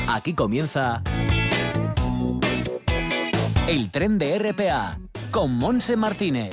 Aquí comienza el tren de RPA con Montse Martínez.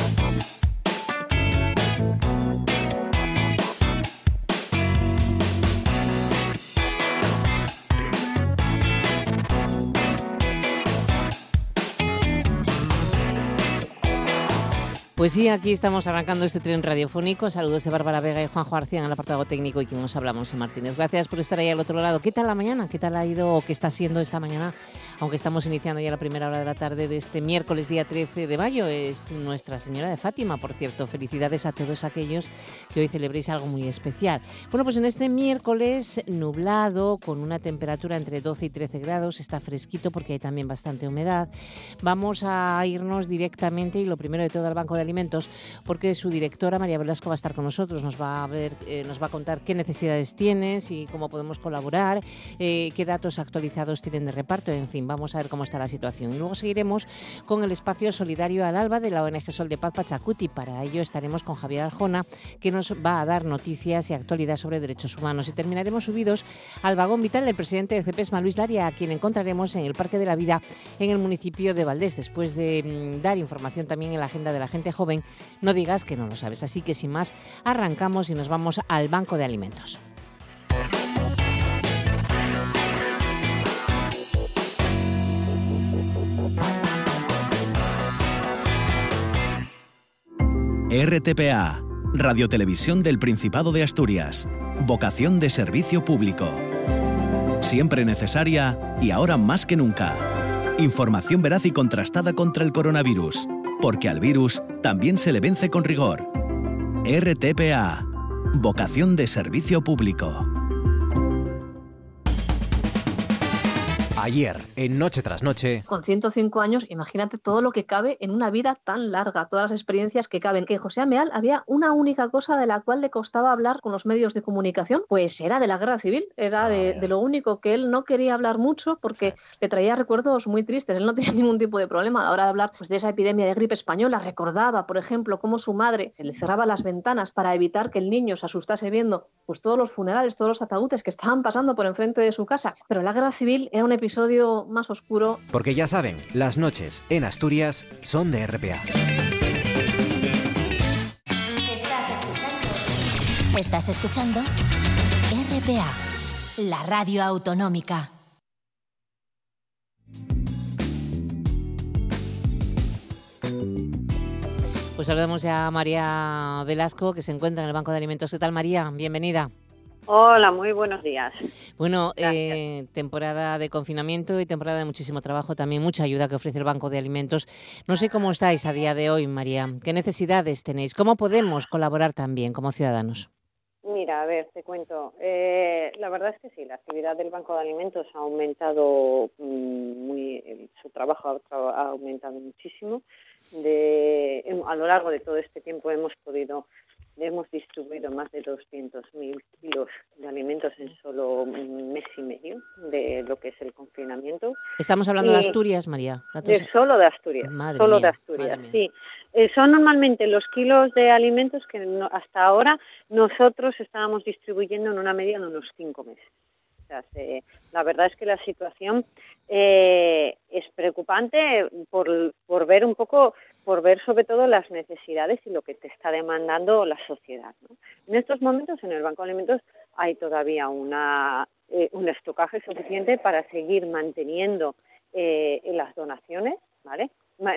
Pues sí, aquí estamos arrancando este tren radiofónico. Saludos de Bárbara Vega y Juanjo García en el apartado técnico y quien nos habla, Montse Martínez. Gracias por estar ahí al otro lado. ¿Qué tal la mañana? ¿Qué tal ha ido o qué está siendo esta mañana? Aunque estamos iniciando ya la primera hora de la tarde de este miércoles, día 13 de mayo. Es Nuestra Señora de Fátima, por cierto. Felicidades a todos aquellos que hoy celebréis algo muy especial. Bueno, pues en este miércoles nublado, con una temperatura entre 12 y 13 grados, está fresquito porque hay también bastante humedad. Vamos a irnos directamente y lo primero de todo al Banco de Alimentos, porque su directora María Velasco va a estar con nosotros, nos va a contar qué necesidades tienes y cómo podemos colaborar, qué datos actualizados tienen de reparto, en fin, vamos a ver cómo está la situación. Y luego seguiremos con el espacio solidario al alba de la ONG Sol de Paz Pachacuti. Para ello estaremos con Javier Arjona, que nos va a dar noticias y actualidad sobre derechos humanos. Y terminaremos subidos al vagón vital del presidente de CEPESMA, Luis Laria, a quien encontraremos en el Parque de la Vida en el municipio de Valdés, después de dar información también en la agenda de la gente joven. No digas que no lo sabes. Así que sin más, arrancamos y nos vamos al Banco de Alimentos. RTPA, Radiotelevisión del Principado de Asturias. Vocación de servicio público. Siempre necesaria y ahora más que nunca. Información veraz y contrastada contra el coronavirus. Porque al virus también se le vence con rigor. RTPA, vocación de servicio público. Ayer, en Noche tras Noche... Con 105 años, imagínate todo lo que cabe en una vida tan larga, todas las experiencias que caben. Que José Ameal había una única cosa de la cual le costaba hablar con los medios de comunicación, pues era de la guerra civil, era de lo único que él no quería hablar mucho porque le traía recuerdos muy tristes. Él no tenía ningún tipo de problema a la hora de hablar pues, de esa epidemia de gripe española. Recordaba, por ejemplo, cómo su madre le cerraba las ventanas para evitar que el niño se asustase viendo pues, todos los funerales, todos los ataúdes que estaban pasando por enfrente de su casa. Pero la guerra civil era un episodio más oscuro. Porque ya saben, las noches en Asturias son de RPA. Estás escuchando RPA, la radio autonómica. Pues saludamos ya a María Velasco, que se encuentra en el Banco de Alimentos. ¿Qué tal, María? Bienvenida. Hola, muy buenos días. Bueno, temporada de confinamiento y temporada de muchísimo trabajo, también mucha ayuda que ofrece el Banco de Alimentos. No sé cómo estáis a día de hoy, María. ¿Qué necesidades tenéis? ¿Cómo podemos colaborar también como ciudadanos? Mira, a ver, te cuento. La verdad es que sí, la actividad del Banco de Alimentos ha aumentado su trabajo ha aumentado muchísimo. A lo largo de todo este tiempo hemos distribuido más de 200.000 kilos de alimentos en solo un mes y medio de lo que es el confinamiento. Estamos hablando de Asturias, María. Solo de Asturias. Solo de Asturias, sí. Son normalmente los kilos de alimentos que hasta ahora nosotros estábamos distribuyendo en una media de unos 5 meses. O sea, la verdad es que la situación es preocupante por ver un poco, por ver sobre todo las necesidades y lo que te está demandando la sociedad, ¿no? En estos momentos en el Banco de Alimentos hay todavía un estocaje suficiente para seguir manteniendo las donaciones, ¿vale?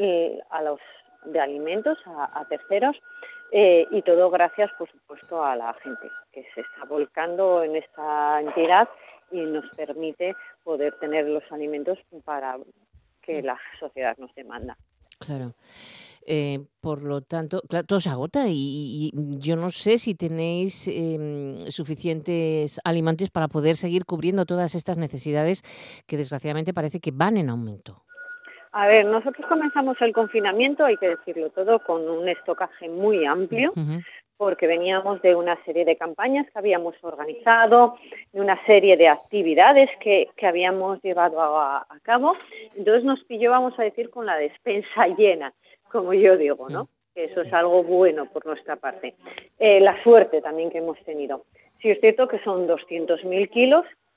De alimentos a terceros y todo gracias, por supuesto, a la gente que se está volcando en esta entidad y nos permite poder tener los alimentos para que la sociedad nos demanda. Claro. Por lo tanto, claro, todo se agota y yo no sé si tenéis suficientes alimentos para poder seguir cubriendo todas estas necesidades que desgraciadamente parece que van en aumento. A ver, nosotros comenzamos el confinamiento, hay que decirlo todo, con un estocaje muy amplio. Porque veníamos de una serie de campañas que habíamos organizado, de una serie de actividades que habíamos llevado a cabo. Entonces nos pilló, vamos a decir, con la despensa llena, como yo digo, ¿no? Que eso es algo bueno por nuestra parte. La suerte también que hemos tenido. Sí es cierto que son 200.000 kilos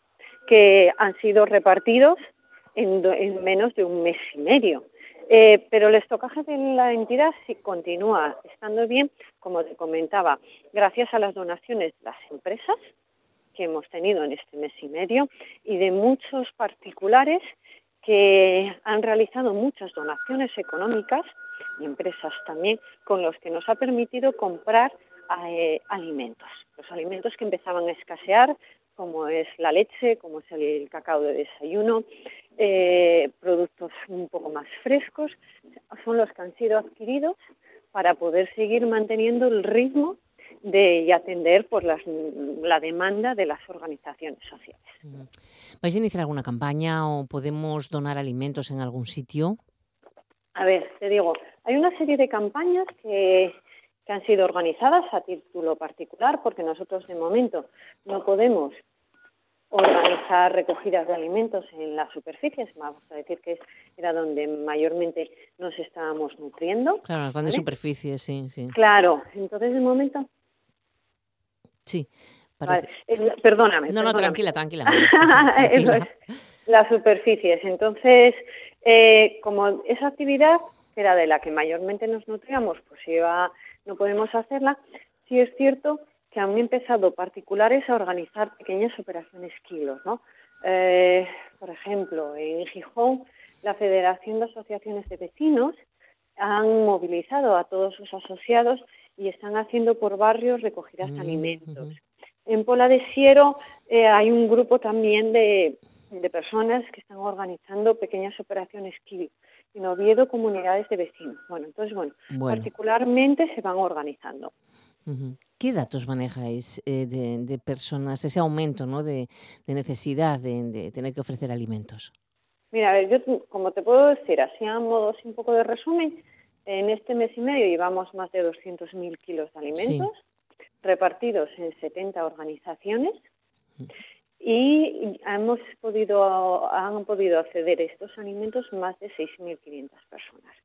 que han sido repartidos en menos de un mes y medio. Pero el estocaje de la entidad sí continúa estando bien, como te comentaba, gracias a las donaciones de las empresas que hemos tenido en este mes y medio y de muchos particulares que han realizado muchas donaciones económicas y empresas también, con los que nos ha permitido comprar alimentos. Los alimentos que empezaban a escasear, como es la leche, como es el cacao de desayuno, productos un poco más frescos, son los que han sido adquiridos para poder seguir manteniendo el ritmo y atender por la demanda de las organizaciones sociales. ¿Vais a iniciar alguna campaña o podemos donar alimentos en algún sitio? A ver, te digo, hay una serie de campañas que han sido organizadas a título particular, porque nosotros de momento no podemos organizar recogidas de alimentos en las superficies, vamos a decir que era donde mayormente nos estábamos nutriendo. Claro, las grandes superficies, sí. Claro, entonces de momento... Sí. Vale. Perdóname. No, tranquila. Eso es, las superficies. Entonces, como esa actividad, que era de la que mayormente nos nutríamos, pues no podemos hacerla, sí es cierto que han empezado particulares a organizar pequeñas operaciones kilos, ¿no? Por ejemplo, en Gijón, la Federación de Asociaciones de Vecinos han movilizado a todos sus asociados y están haciendo por barrios recogidas de alimentos. En Pola de Siero hay un grupo también de personas que están organizando pequeñas operaciones kilo. En Oviedo, comunidades de vecinos. Entonces, particularmente se van organizando. ¿Qué datos manejáis de personas, ese aumento, ¿no?, de necesidad de tener que ofrecer alimentos? Mira, a ver, yo como te puedo decir, así a modo un poco de resumen, en este mes y medio llevamos más de 200.000 kilos de alimentos repartidos en 70 organizaciones y han podido acceder a estos alimentos más de 6.500 personas.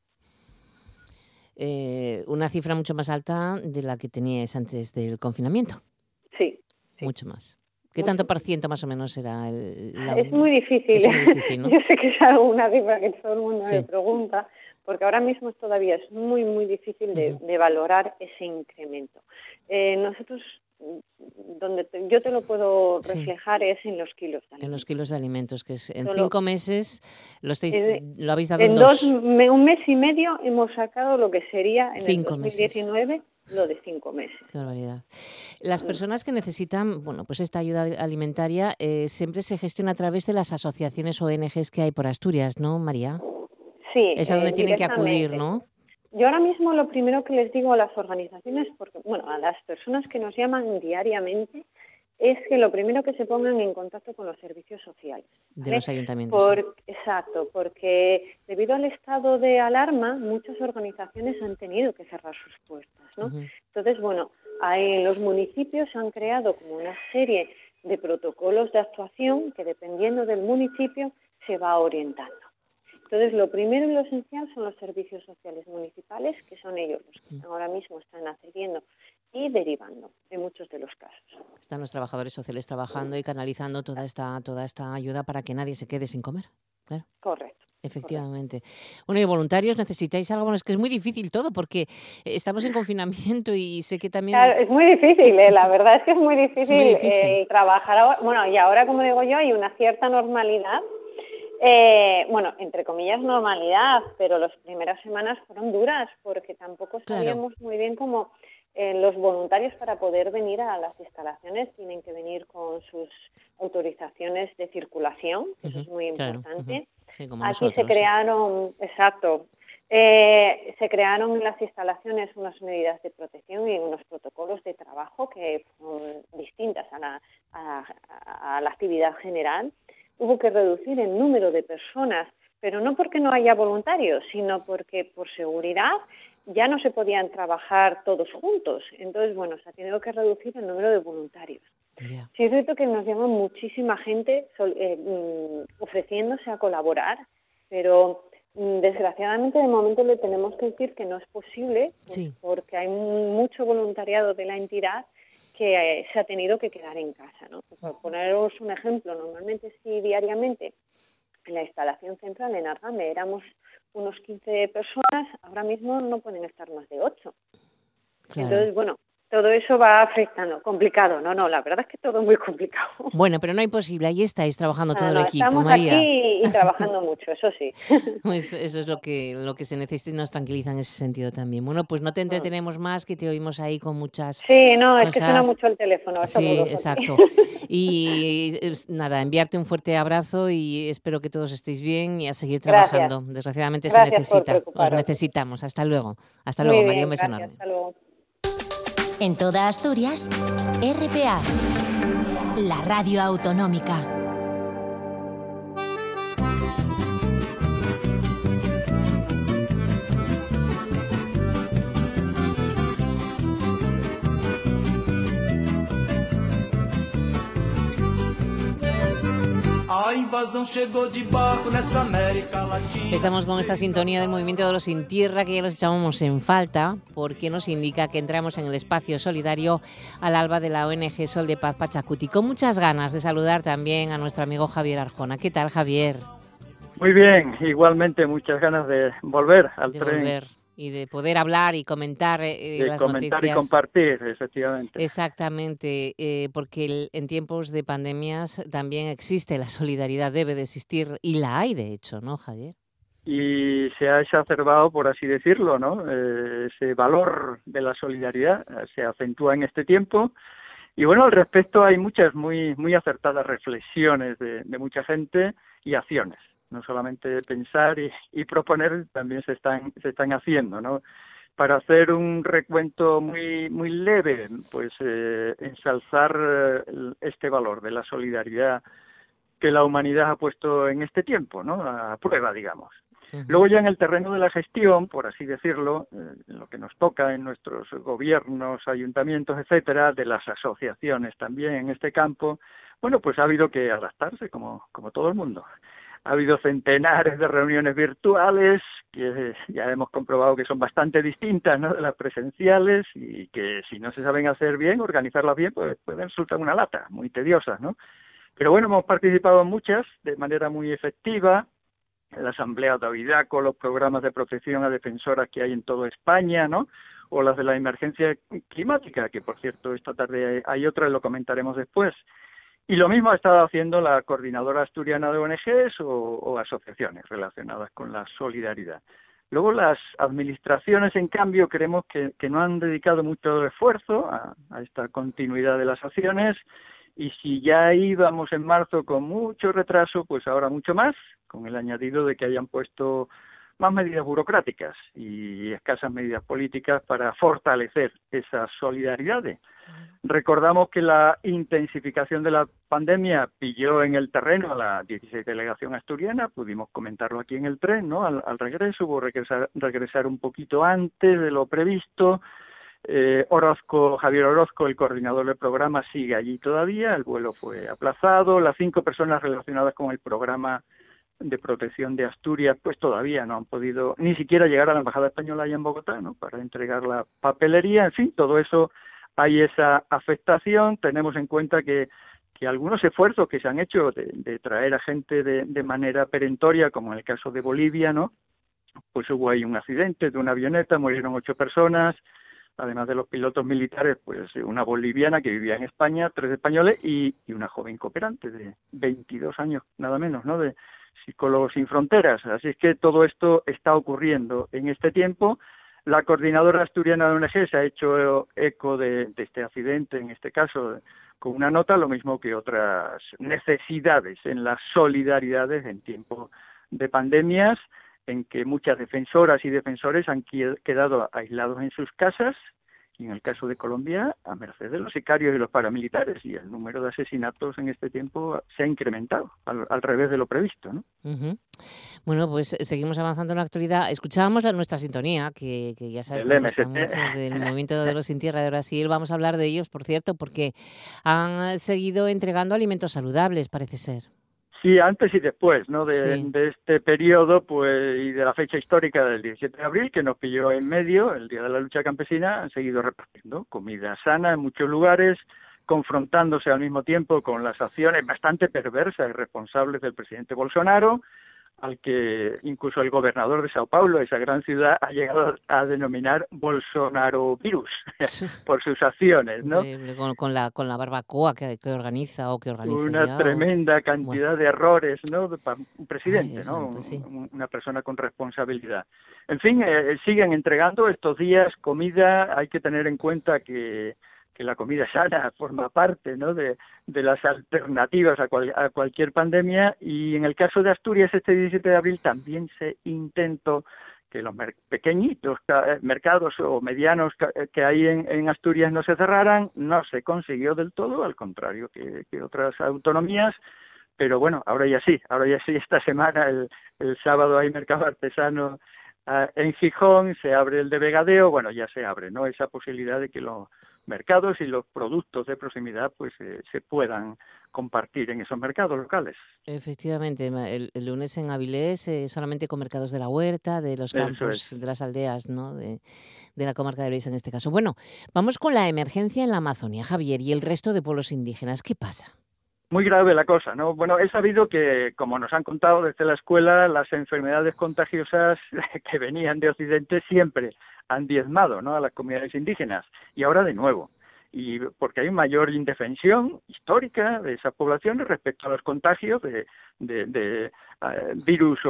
Una cifra mucho más alta de la que teníais antes del confinamiento. Sí. Mucho más. ¿Qué tanto por ciento más o menos era? Es muy difícil. Es muy difícil, ¿no? Yo sé que es una cifra que todo el mundo me pregunta, porque ahora mismo todavía es muy, muy difícil de valorar ese incremento. Nosotros, donde yo te lo puedo reflejar es en los kilos de alimentos. En los kilos de alimentos, que es en 5 meses lo habéis dado en un mes y medio hemos sacado lo que sería en el 2019 lo de 5 meses. Qué barbaridad. Las personas que necesitan, pues esta ayuda alimentaria siempre se gestiona a través de las asociaciones ONGs que hay por Asturias, ¿no, María? Sí. Es a donde tienen que acudir, ¿no? Yo ahora mismo lo primero que les digo a las organizaciones, a las personas que nos llaman diariamente, es que lo primero que se pongan en contacto con los servicios sociales. ¿Vale? De los ayuntamientos. Exacto, porque debido al estado de alarma, muchas organizaciones han tenido que cerrar sus puertas, ¿no? Entonces, en los municipios han creado como una serie de protocolos de actuación que, dependiendo del municipio, se va orientando. Entonces, lo primero y lo esencial son los servicios sociales municipales, que son ellos los que ahora mismo están accediendo y derivando en muchos de los casos. Están los trabajadores sociales trabajando y canalizando toda esta ayuda para que nadie se quede sin comer. Claro. Correcto. Efectivamente. Y voluntarios, ¿necesitáis algo? Es que es muy difícil todo porque estamos en confinamiento y sé que también... Claro, es muy difícil, la verdad es que es muy difícil, trabajar ahora. Y ahora, como digo yo, hay una cierta normalidad. Entre comillas normalidad, pero las primeras semanas fueron duras porque tampoco sabíamos muy bien cómo los voluntarios para poder venir a las instalaciones tienen que venir con sus autorizaciones de circulación, que eso es muy importante. Sí, como aquí nosotros, se crearon, se crearon en las instalaciones unas medidas de protección y unos protocolos de trabajo que son distintas a la actividad general. Hubo que reducir el número de personas, pero no porque no haya voluntarios, sino porque por seguridad ya no se podían trabajar todos juntos. Entonces, se ha tenido que reducir el número de voluntarios. Yeah. Sí es cierto que nos llama muchísima gente ofreciéndose a colaborar, pero desgraciadamente de momento le tenemos que decir que no es posible, porque hay mucho voluntariado de la entidad que se ha tenido que quedar en casa, ¿no? Por poneros un ejemplo, normalmente si diariamente en la instalación central en Argame éramos unos 15 personas, ahora mismo no pueden estar más de 8. Claro. Entonces, bueno, todo eso va afectando. Complicado, no, la verdad es que todo es muy complicado. Bueno, pero no imposible, ahí estáis trabajando todo el equipo, estamos María. Aquí y trabajando mucho, eso sí. Pues eso es lo que se necesita y nos tranquiliza en ese sentido también. Bueno, pues no te entretenemos más, que te oímos ahí con muchas Sí, no, cosas. Es que suena mucho el teléfono. Sí, exacto. Y nada, enviarte un fuerte abrazo y espero que todos estéis bien y a seguir trabajando. Gracias. Desgraciadamente Gracias se necesita, os necesitamos. Hasta luego. Hasta Muy luego, bien, María, un beso gracias, enorme. Hasta luego. En toda Asturias, RPA, la radio autonómica. Estamos con esta sintonía del Movimiento de los Sin Tierra, que ya los echábamos en falta, porque nos indica que entramos en el espacio solidario al alba de la ONG Sol de Paz Pachacuti. Con muchas ganas de saludar también a nuestro amigo Javier Arjona. ¿Qué tal, Javier? Muy bien, igualmente muchas ganas de volver al tren. Y de poder hablar y comentar las comentar noticias. Y compartir, efectivamente. Exactamente, porque en tiempos de pandemias también existe la solidaridad, debe de existir, y la hay de hecho, ¿no, Javier? Y se ha exacerbado, por así decirlo, ¿no? Ese valor de la solidaridad se acentúa en este tiempo. Y bueno, al respecto hay muchas muy acertadas reflexiones de mucha gente y acciones. No solamente pensar y proponer, también se están haciendo, ¿no? Para hacer un recuento muy leve, pues ensalzar este valor de la solidaridad que la humanidad ha puesto en este tiempo, ¿no? A prueba, digamos. Uh-huh. Luego ya en el terreno de la gestión, por así decirlo, lo que nos toca en nuestros gobiernos, ayuntamientos, etcétera, de las asociaciones también en este campo, bueno, pues ha habido que adaptarse como todo el mundo. Ha habido centenares de reuniones virtuales que ya hemos comprobado que son bastante distintas, ¿no?, de las presenciales, y que si no se saben hacer bien, organizarlas bien, pues pueden resultar una lata, muy tediosas, ¿no? Pero bueno, hemos participado en muchas de manera muy efectiva, en la Asamblea de Avidaco, los programas de protección a defensoras que hay en toda España, ¿no?, o las de la emergencia climática, que por cierto esta tarde hay otra y lo comentaremos después. Y lo mismo ha estado haciendo la Coordinadora Asturiana de ONGs o asociaciones relacionadas con la solidaridad. Luego las administraciones, en cambio, creemos que no han dedicado mucho esfuerzo a esta continuidad de las acciones, y si ya íbamos en marzo con mucho retraso, pues ahora mucho más, con el añadido de que hayan puesto más medidas burocráticas y escasas medidas políticas para fortalecer esas solidaridades. Recordamos que la intensificación de la pandemia pilló en el terreno a la 16 delegación asturiana, pudimos comentarlo aquí en el tren, ¿no? Al regreso hubo regresar un poquito antes de lo previsto. Javier Orozco, el coordinador del programa, sigue allí todavía, el vuelo fue aplazado, las 5 personas relacionadas con el programa de protección de Asturias, pues todavía no han podido ni siquiera llegar a la Embajada Española allá en Bogotá, ¿no?, para entregar la papelería. En fin, todo eso, hay esa afectación. Tenemos en cuenta que algunos esfuerzos que se han hecho de traer a gente de manera perentoria, como en el caso de Bolivia, ¿no?, pues hubo ahí un accidente de una avioneta, murieron 8 personas, además de los pilotos militares, pues una boliviana que vivía en España, 3 españoles y una joven cooperante de 22 años, nada menos, ¿no?, de Psicólogos Sin Fronteras. Así es que todo esto está ocurriendo en este tiempo. La Coordinadora Asturiana de ONG se ha hecho eco de este accidente, en este caso, con una nota, lo mismo que otras necesidades en las solidaridades en tiempo de pandemias, en que muchas defensoras y defensores han quedado aislados en sus casas, y en el caso de Colombia, a merced de los sicarios y los paramilitares, y el número de asesinatos en este tiempo se ha incrementado, al revés de lo previsto, ¿no? Uh-huh. Bueno, pues seguimos avanzando en la actualidad. Escuchábamos nuestra sintonía, que ya sabes que nos gusta mucho, del Movimiento de los Sin Tierra de Brasil. Vamos a hablar de ellos, por cierto, porque han seguido entregando alimentos saludables, parece ser. Sí, antes y después, ¿no? Sí. De este periodo, pues, y de la fecha histórica del 17 de abril, que nos pilló en medio, el Día de la Lucha Campesina, han seguido repartiendo comida sana en muchos lugares, confrontándose al mismo tiempo con las acciones bastante perversas y responsables del presidente Bolsonaro, al que incluso el gobernador de Sao Paulo, esa gran ciudad, ha llegado a denominar Bolsonaro virus por sus acciones, ¿no? Con la barbacoa que organiza o que organiza Una ya, tremenda cantidad de errores, ¿no? Para un presidente, Ay, ¿no? santo, sí. Una persona con responsabilidad. En fin, siguen entregando estos días comida. Hay que tener en cuenta que la comida sana forma parte, ¿no? de las alternativas a cualquier pandemia, y en el caso de Asturias este 17 de abril también se intentó que los pequeñitos mercados o medianos que hay en Asturias no se cerraran. No se consiguió del todo, al contrario que otras autonomías, pero bueno, ahora ya sí, esta semana, el sábado hay mercado artesano en Gijón, se abre el de Vegadeo, bueno, ya se abre, ¿no? Esa posibilidad de que los mercados y los productos de proximidad pues se puedan compartir en esos mercados locales. Efectivamente, el lunes en Avilés, solamente con mercados de la huerta, de los campos, de las aldeas, ¿no? De la comarca de Beis en este caso. Bueno, vamos con la emergencia en la Amazonia, Javier, y el resto de pueblos indígenas. ¿Qué pasa? Muy grave la cosa, ¿no? Bueno, he sabido que, como nos han contado desde la escuela, las enfermedades contagiosas que venían de Occidente siempre han diezmado, ¿no?, a las comunidades indígenas, y ahora de nuevo. Y porque hay mayor indefensión histórica de esas poblaciones respecto a los contagios de virus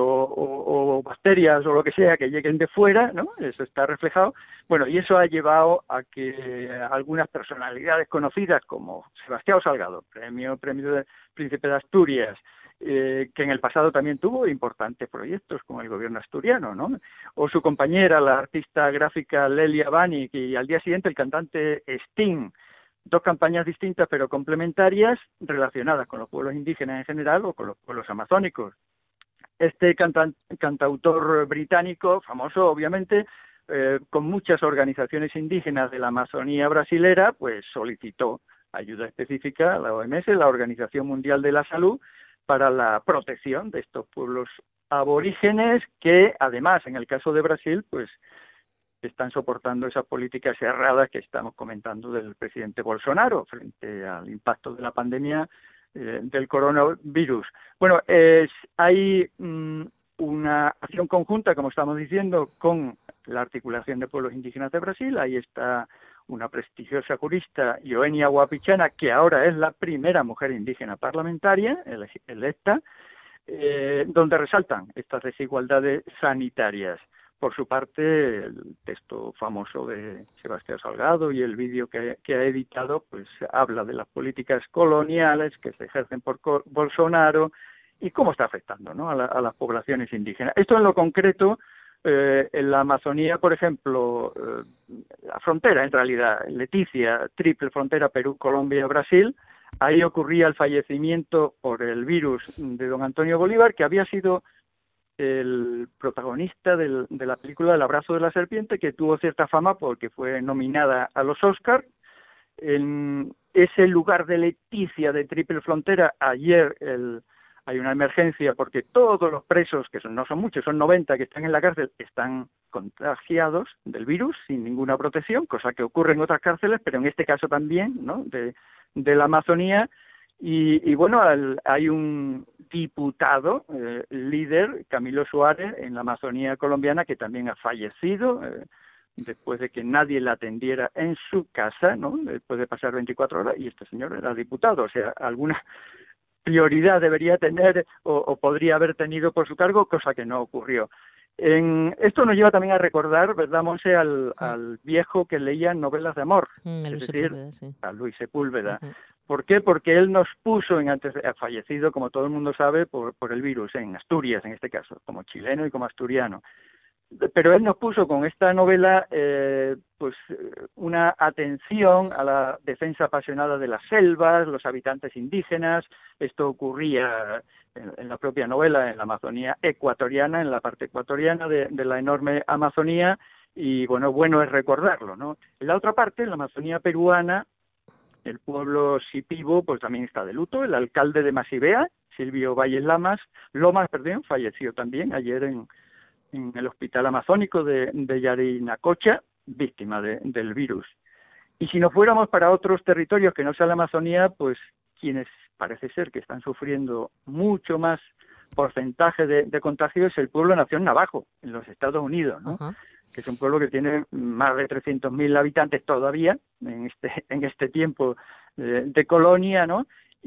o bacterias o lo que sea que lleguen de fuera, ¿no? Eso está reflejado. Bueno, y eso ha llevado a que algunas personalidades conocidas como Sebastião Salgado, premio de Príncipe de Asturias, que en el pasado también tuvo importantes proyectos con el gobierno asturiano, ¿no? O su compañera, la artista gráfica Lelia Bani, y al día siguiente el cantante Sting. Dos campañas distintas pero complementarias relacionadas con los pueblos indígenas en general o con los pueblos amazónicos. Este cantautor británico, famoso obviamente, con muchas organizaciones indígenas de la Amazonía brasilera, pues solicitó ayuda específica a la OMS, la Organización Mundial de la Salud, para la protección de estos pueblos aborígenes que, además, en el caso de Brasil, pues están soportando esas políticas erradas que estamos comentando del presidente Bolsonaro frente al impacto de la pandemia del coronavirus. Bueno, hay una acción conjunta, como estamos diciendo, con la Articulación de Pueblos Indígenas de Brasil. Ahí está una prestigiosa jurista, Joenia Guapichana, que ahora es la primera mujer indígena parlamentaria electa, donde resaltan estas desigualdades sanitarias. Por su parte, el texto famoso de Sebastião Salgado y el vídeo que ha editado, pues habla de las políticas coloniales que se ejercen por Bolsonaro y cómo está afectando, ¿no?, a las poblaciones indígenas. Esto en lo concreto, en la Amazonía, por ejemplo, la frontera, en realidad, Leticia, triple frontera Perú, Colombia, Brasil, ahí ocurría el fallecimiento por el virus de don Antonio Bolívar, que había sido el protagonista de la película El abrazo de la serpiente, que tuvo cierta fama porque fue nominada a los Oscar. En ese lugar de Leticia, de triple frontera, ayer hay una emergencia porque todos los presos, que no son muchos, son 90 que están en la cárcel, están contagiados del virus sin ninguna protección, cosa que ocurre en otras cárceles, pero en este caso también, ¿no?, de la Amazonía. Y bueno, hay un diputado líder, Camilo Suárez, en la Amazonía colombiana, que también ha fallecido después de que nadie la atendiera en su casa, ¿no?, después de pasar 24 horas, y este señor era diputado, o sea, alguna prioridad debería tener o podría haber tenido por su cargo, cosa que no ocurrió. Esto nos lleva también a recordar, ¿verdad, Monse?, al viejo que leía novelas de amor, es decir, a Luis Sepúlveda. ¿Por qué? Porque él nos puso, ha fallecido, como todo el mundo sabe, por el virus, en Asturias en este caso, como chileno y como asturiano. Pero él nos puso con esta novela pues una atención a la defensa apasionada de las selvas, los habitantes indígenas. Esto ocurría en la propia novela, en la Amazonía ecuatoriana, en la parte ecuatoriana de la enorme Amazonía, y bueno es recordarlo, ¿no? En la otra parte, en la Amazonía peruana, el pueblo Shipibo pues también está de luto. El alcalde de Masivea, Silvio Valles Lomas, falleció también ayer en el Hospital Amazónico de Yarinacocha, víctima del virus. Y si nos fuéramos para otros territorios que no sea la Amazonía, pues quienes parece ser que están sufriendo mucho más porcentaje de contagio es el pueblo nación navajo, en los Estados Unidos, ¿no? Uh-huh. Que es un pueblo que tiene más de 300.000 habitantes todavía en este tiempo de colonia, ¿no?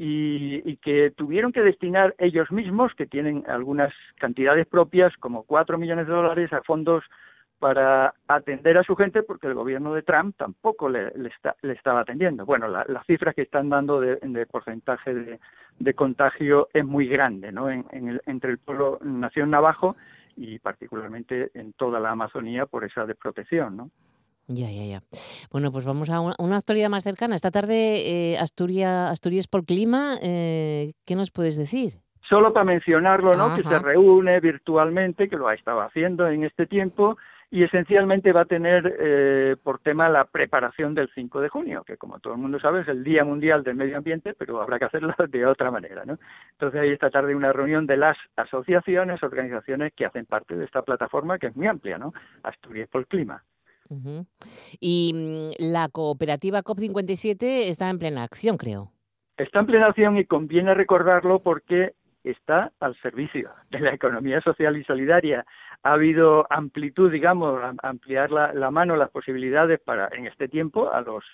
Y que tuvieron que destinar ellos mismos, que tienen algunas cantidades propias, como $4 millones a fondos para atender a su gente, porque el gobierno de Trump tampoco le estaba atendiendo. Bueno, las cifras que están dando de porcentaje de contagio es muy grande, ¿no? Entre el pueblo nación navajo y particularmente en toda la Amazonía por esa desprotección, ¿no? Ya. Bueno, pues vamos a una actualidad más cercana. Esta tarde, Asturias por Clima, ¿qué nos puedes decir? Solo para mencionarlo, ¿no? Que se reúne virtualmente, que lo ha estado haciendo en este tiempo, y esencialmente va a tener por tema la preparación del 5 de junio, que como todo el mundo sabe es el Día Mundial del Medio Ambiente, pero habrá que hacerlo de otra manera, ¿no? Entonces hay esta tarde una reunión de las asociaciones, organizaciones que hacen parte de esta plataforma, que es muy amplia, ¿no? Asturias por Clima. Uh-huh. Y la cooperativa COP57 está en plena acción, creo. Está en plena acción y conviene recordarlo porque está al servicio de la economía social y solidaria. Ha habido amplitud, digamos, ampliar la mano, las posibilidades para, en este tiempo,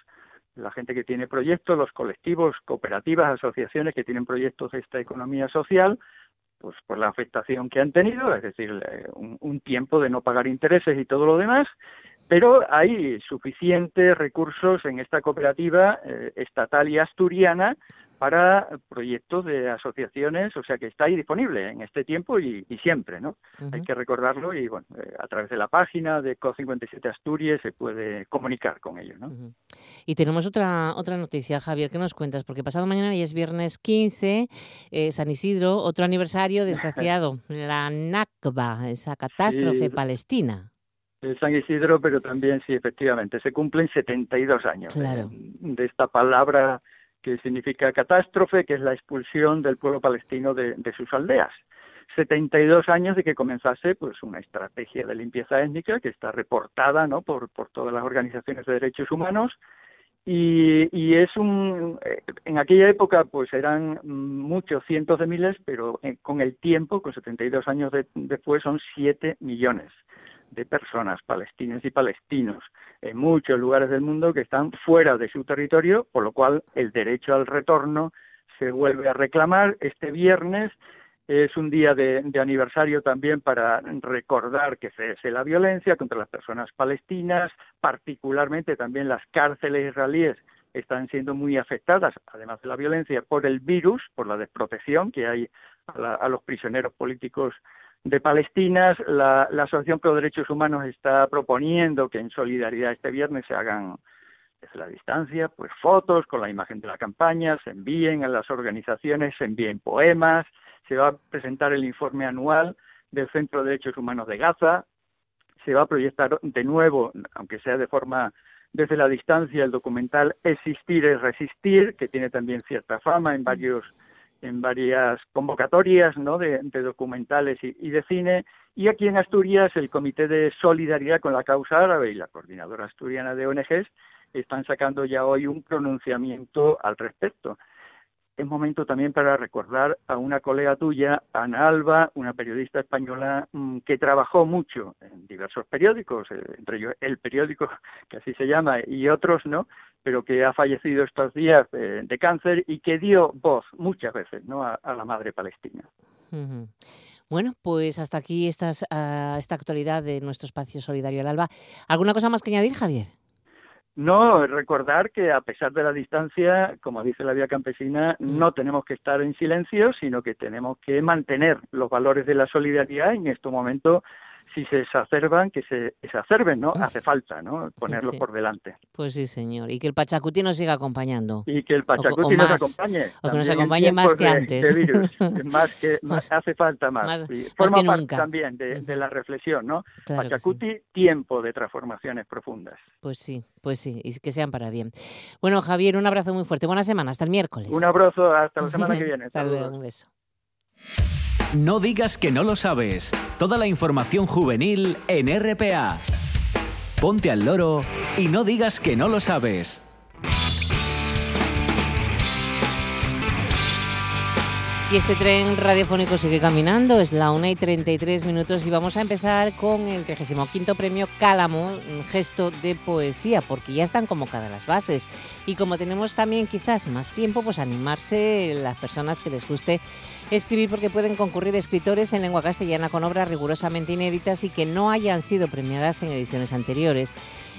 la gente que tiene proyectos, los colectivos, cooperativas, asociaciones que tienen proyectos de esta economía social, pues por la afectación que han tenido, es decir, un tiempo de no pagar intereses y todo lo demás, pero hay suficientes recursos en esta cooperativa estatal y asturiana para proyectos de asociaciones, o sea que está ahí disponible en este tiempo y siempre, ¿no? Uh-huh. Hay que recordarlo y, bueno, a través de la página de COP57 Asturias se puede comunicar con ellos, ¿no? Uh-huh. Y tenemos otra noticia, Javier, ¿qué nos cuentas? Porque pasado mañana y es viernes 15, San Isidro, otro aniversario desgraciado, la Nakba, esa catástrofe palestina. San Isidro, pero también, sí, efectivamente, se cumplen 72 años claro. de esta palabra que significa catástrofe, que es la expulsión del pueblo palestino de sus aldeas. 72 años de que comenzase pues una estrategia de limpieza étnica que está reportada, ¿no? por todas las organizaciones de derechos humanos y es en aquella época pues eran muchos cientos de miles, pero con el tiempo, con 72 años después, son 7 millones de personas, palestinas y palestinos, en muchos lugares del mundo que están fuera de su territorio, por lo cual el derecho al retorno se vuelve a reclamar. Este viernes es un día de aniversario también para recordar que cese la violencia contra las personas palestinas, particularmente también las cárceles israelíes están siendo muy afectadas, además de la violencia, por el virus, por la desprotección que hay a los prisioneros políticos de Palestina. La Asociación Pro Derechos Humanos está proponiendo que en solidaridad este viernes se hagan desde la distancia pues fotos con la imagen de la campaña, se envíen a las organizaciones, se envíen poemas, se va a presentar el informe anual del Centro de Derechos Humanos de Gaza, se va a proyectar de nuevo, aunque sea de forma desde la distancia, el documental Existir es Resistir, que tiene también cierta fama en varias convocatorias, ¿no? de documentales y de cine, y aquí en Asturias el Comité de Solidaridad con la Causa Árabe y la Coordinadora Asturiana de ONGs están sacando ya hoy un pronunciamiento al respecto. Es momento también para recordar a una colega tuya, Ana Alba, una periodista española que trabajó mucho en diversos periódicos, entre ellos El Periódico, que así se llama, y otros, ¿no? Pero que ha fallecido estos días de cáncer y que dio voz muchas veces, ¿no? a la madre palestina. Uh-huh. Bueno, pues hasta aquí esta actualidad de nuestro espacio solidario al Alba. ¿Alguna cosa más que añadir, Javier? No, recordar que a pesar de la distancia, como dice la Vía Campesina, no tenemos que estar en silencio, sino que tenemos que mantener los valores de la solidaridad en este momento. Si se exacerban, que se exacerben, ¿no? Hace falta, ¿no? Ponerlos por delante. Pues sí, señor. Y que el Pachacuti nos siga acompañando. Y que el Pachacuti nos acompañe. O que nos acompañe más que antes. De virus. Hace falta más. Forma parte también de la reflexión, ¿no? Claro, Pachacuti, sí. Tiempo de transformaciones profundas. Pues sí, y que sean para bien. Bueno, Javier, un abrazo muy fuerte. Buena semana, hasta el miércoles. Un abrazo, hasta la semana que viene. Hasta luego, un beso. No digas que no lo sabes. Toda la información juvenil en RPA. Ponte al loro y no digas que no lo sabes. Y este tren radiofónico sigue caminando, es la 1:33 y vamos a empezar con el 35º premio Cálamo, un gesto de poesía, porque ya están convocadas las bases. Y como tenemos también quizás más tiempo, pues animarse las personas que les guste escribir, porque pueden concurrir escritores en lengua castellana con obras rigurosamente inéditas y que no hayan sido premiadas en ediciones anteriores.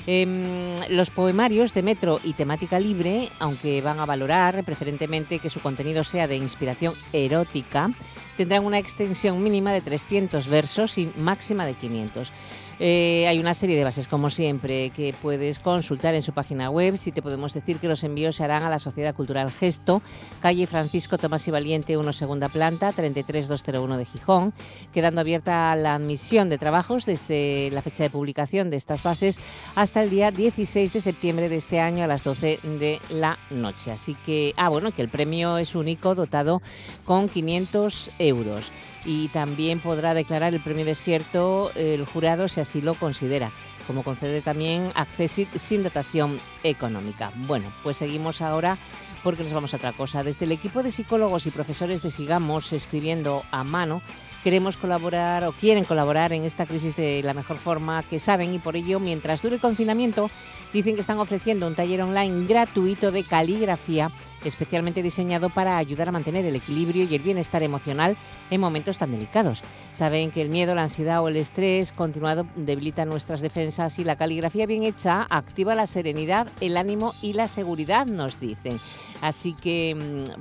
Los poemarios de metro y temática libre, aunque van a valorar preferentemente que su contenido sea de inspiración erótica, tendrán una extensión mínima de 300 versos y máxima de 500. Hay una serie de bases, como siempre, que puedes consultar en su página web. Sí te podemos decir que los envíos se harán a la Sociedad Cultural Gesto, calle Francisco Tomás y Valiente 1, segunda planta, 33201 de Gijón, quedando abierta la admisión de trabajos desde la fecha de publicación de estas bases hasta el día 16 de septiembre de este año a las 12 de la noche. Así que, que el premio es único, dotado con 500 euros. Y también podrá declarar el premio desierto el jurado si así lo considera, como concede también Accessit sin dotación económica. Bueno, pues seguimos ahora porque nos vamos a otra cosa. Desde el equipo de psicólogos y profesores de Sigamos Escribiendo a Mano, queremos colaborar o quieren colaborar en esta crisis de la mejor forma que saben, y por ello, mientras dure el confinamiento, dicen que están ofreciendo un taller online gratuito de caligrafía, especialmente diseñado para ayudar a mantener el equilibrio y el bienestar emocional en momentos tan delicados. Saben que el miedo, la ansiedad o el estrés continuado debilitan nuestras defensas, y la caligrafía bien hecha activa la serenidad, el ánimo y la seguridad, nos dicen. Así que,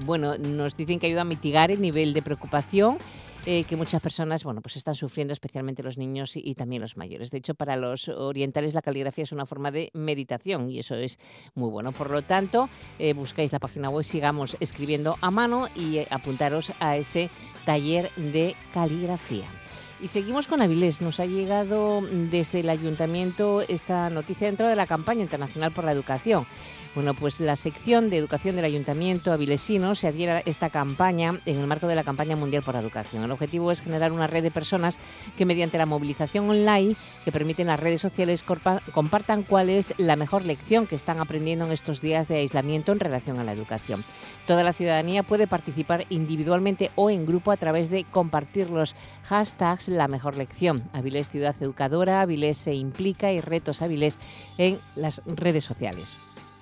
nos dicen que ayuda a mitigar el nivel de preocupación que muchas personas pues están sufriendo, especialmente los niños y también los mayores. De hecho, para los orientales la caligrafía es una forma de meditación y eso es muy bueno. Por lo tanto, buscáis la página web Sigamos Escribiendo a Mano y apuntaros a ese taller de caligrafía. Y seguimos con Avilés. Nos ha llegado desde el Ayuntamiento esta noticia dentro de la campaña internacional por la educación. Bueno, pues la sección de educación del Ayuntamiento avilesino se adhiere a esta campaña en el marco de la campaña mundial por la educación. El objetivo es generar una red de personas que, mediante la movilización online que permiten las redes sociales, compartan cuál es la mejor lección que están aprendiendo en estos días de aislamiento en relación a la educación. Toda la ciudadanía puede participar individualmente o en grupo a través de compartir los hashtags La Mejor Lección, Avilés Ciudad Educadora, Avilés se implica y Retos Avilés en las redes sociales.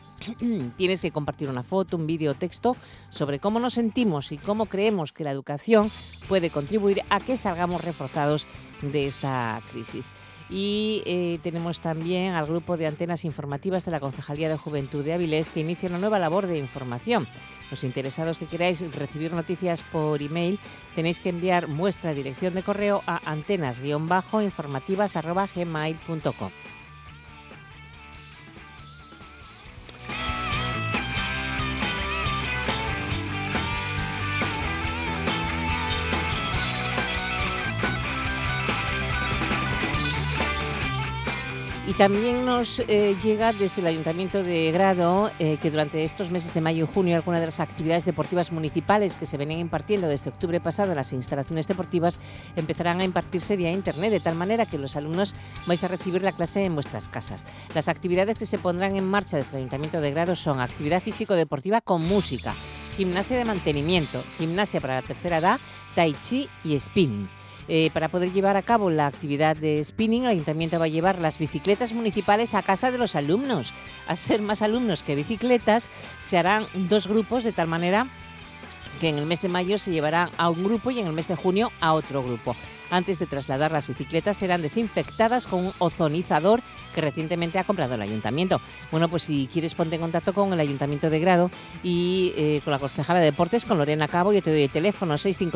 Tienes que compartir una foto, un vídeo o texto sobre cómo nos sentimos y cómo creemos que la educación puede contribuir a que salgamos reforzados de esta crisis. Y tenemos también al grupo de antenas informativas de la Concejalía de Juventud de Avilés, que inicia una nueva labor de información. Los interesados que queráis recibir noticias por email tenéis que enviar vuestra dirección de correo a antenas-informativas@gmail.com. Y también nos llega desde el Ayuntamiento de Grado que durante estos meses de mayo y junio algunas de las actividades deportivas municipales que se venían impartiendo desde octubre pasado en las instalaciones deportivas empezarán a impartirse vía internet, de tal manera que los alumnos vais a recibir la clase en vuestras casas. Las actividades que se pondrán en marcha desde el Ayuntamiento de Grado son actividad físico-deportiva con música, gimnasia de mantenimiento, gimnasia para la tercera edad, tai chi y spinning. Para poder llevar a cabo la actividad de spinning, el Ayuntamiento va a llevar las bicicletas municipales a casa de los alumnos. Al ser más alumnos que bicicletas, se harán 2 grupos, de tal manera que en el mes de mayo se llevará a un grupo y en el mes de junio a otro grupo. Antes de trasladar las bicicletas serán desinfectadas con un ozonizador que recientemente ha comprado el Ayuntamiento. Bueno, pues si quieres ponte en contacto con el Ayuntamiento de Grado y con la concejala de Deportes, con Lorena Cabo. Yo te doy el teléfono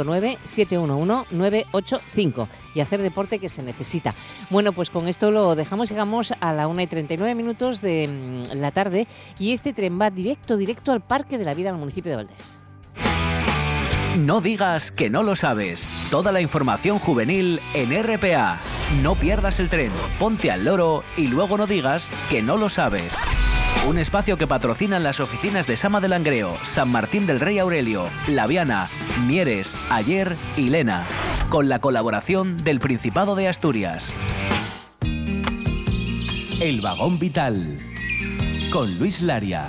659-711-985 y hacer deporte que se necesita. Bueno, pues con esto lo dejamos, llegamos a la 1:39 de la tarde y este tren va directo al Parque de la Vida del municipio de Valdés. No digas que no lo sabes. Toda la información juvenil en RPA. No pierdas el tren, ponte al loro y luego no digas que no lo sabes. Un espacio que patrocinan las oficinas de Sama de Langreo, San Martín del Rey Aurelio, Laviana, Mieres, Ayer y Lena, con la colaboración del Principado de Asturias. El Vagón Vital, con Luis Laria.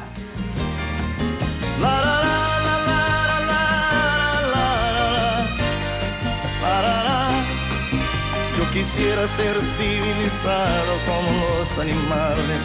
Yo quisiera ser civilizado como los animales.